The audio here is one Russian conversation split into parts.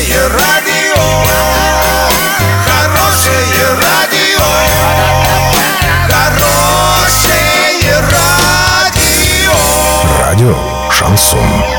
Хорошее радио, хорошее радио, хорошее радио. Радио «Шансон».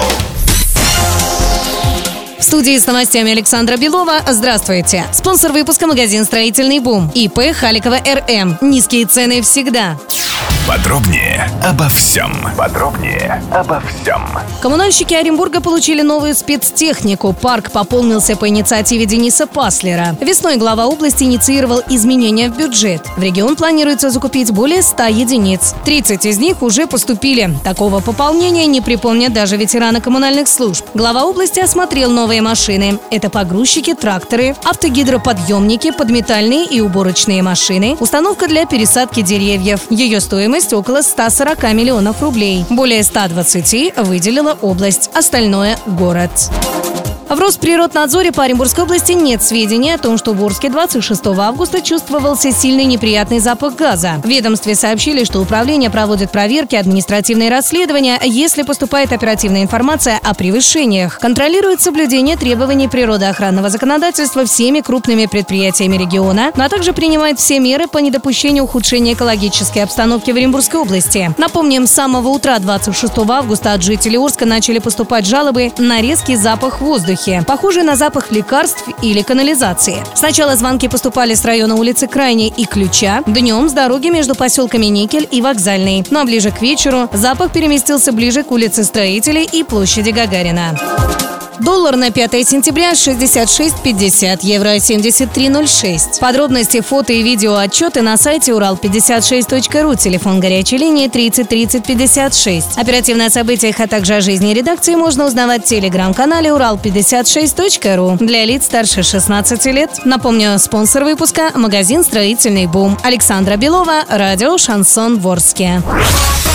В студии с новостями Александра Белова. Здравствуйте. Спонсор выпуска — магазин «Строительный бум». ИП Халикова РМ. Низкие цены всегда. Подробнее обо всем. Коммунальщики Оренбурга получили новую спецтехнику. Парк пополнился по инициативе Дениса Паслера. Весной глава области инициировал изменения в бюджет. В регион планируется закупить более 100 единиц. 30 из них уже поступили. Такого пополнения не припомнят даже ветераны коммунальных служб. Глава области осмотрел новые машины. Это погрузчики, тракторы, автогидроподъемники, подметальные и уборочные машины, установка для пересадки деревьев. Ее стоимость около 140 миллионов рублей. Более 120 выделила область, остальное – город. В Росприроднадзоре по Оренбургской области нет сведений о том, что в Орске 26 августа чувствовался сильный неприятный запах газа. В ведомстве сообщили, что управление проводит проверки, административные расследования, если поступает оперативная информация о превышениях. Контролирует соблюдение требований природоохранного законодательства всеми крупными предприятиями региона, а также принимает все меры по недопущению ухудшения экологической обстановки в Оренбургской области. Напомним, с самого утра 26 августа от жителей Орска начали поступать жалобы на резкий запах в воздухе, похожий на запах лекарств или канализации. Сначала звонки поступали с района улицы Крайней и Ключа, днем с дороги между поселками Никель и Вокзальный. Ну а ближе к вечеру запах переместился ближе к улице Строителей и площади Гагарина. Доллар на 5 сентября 66.50, евро 73.06. Подробности, фото и видео отчеты на сайте урал56.ру, телефон горячей линии 30 30 56. Оперативно о событиях, а также о жизни редакции можно узнавать в телеграм-канале урал56.ру для лиц старше 16 лет. Напомню, спонсор выпуска — магазин «Строительный бум». Александра Белова, радио «Шансон» в Орске.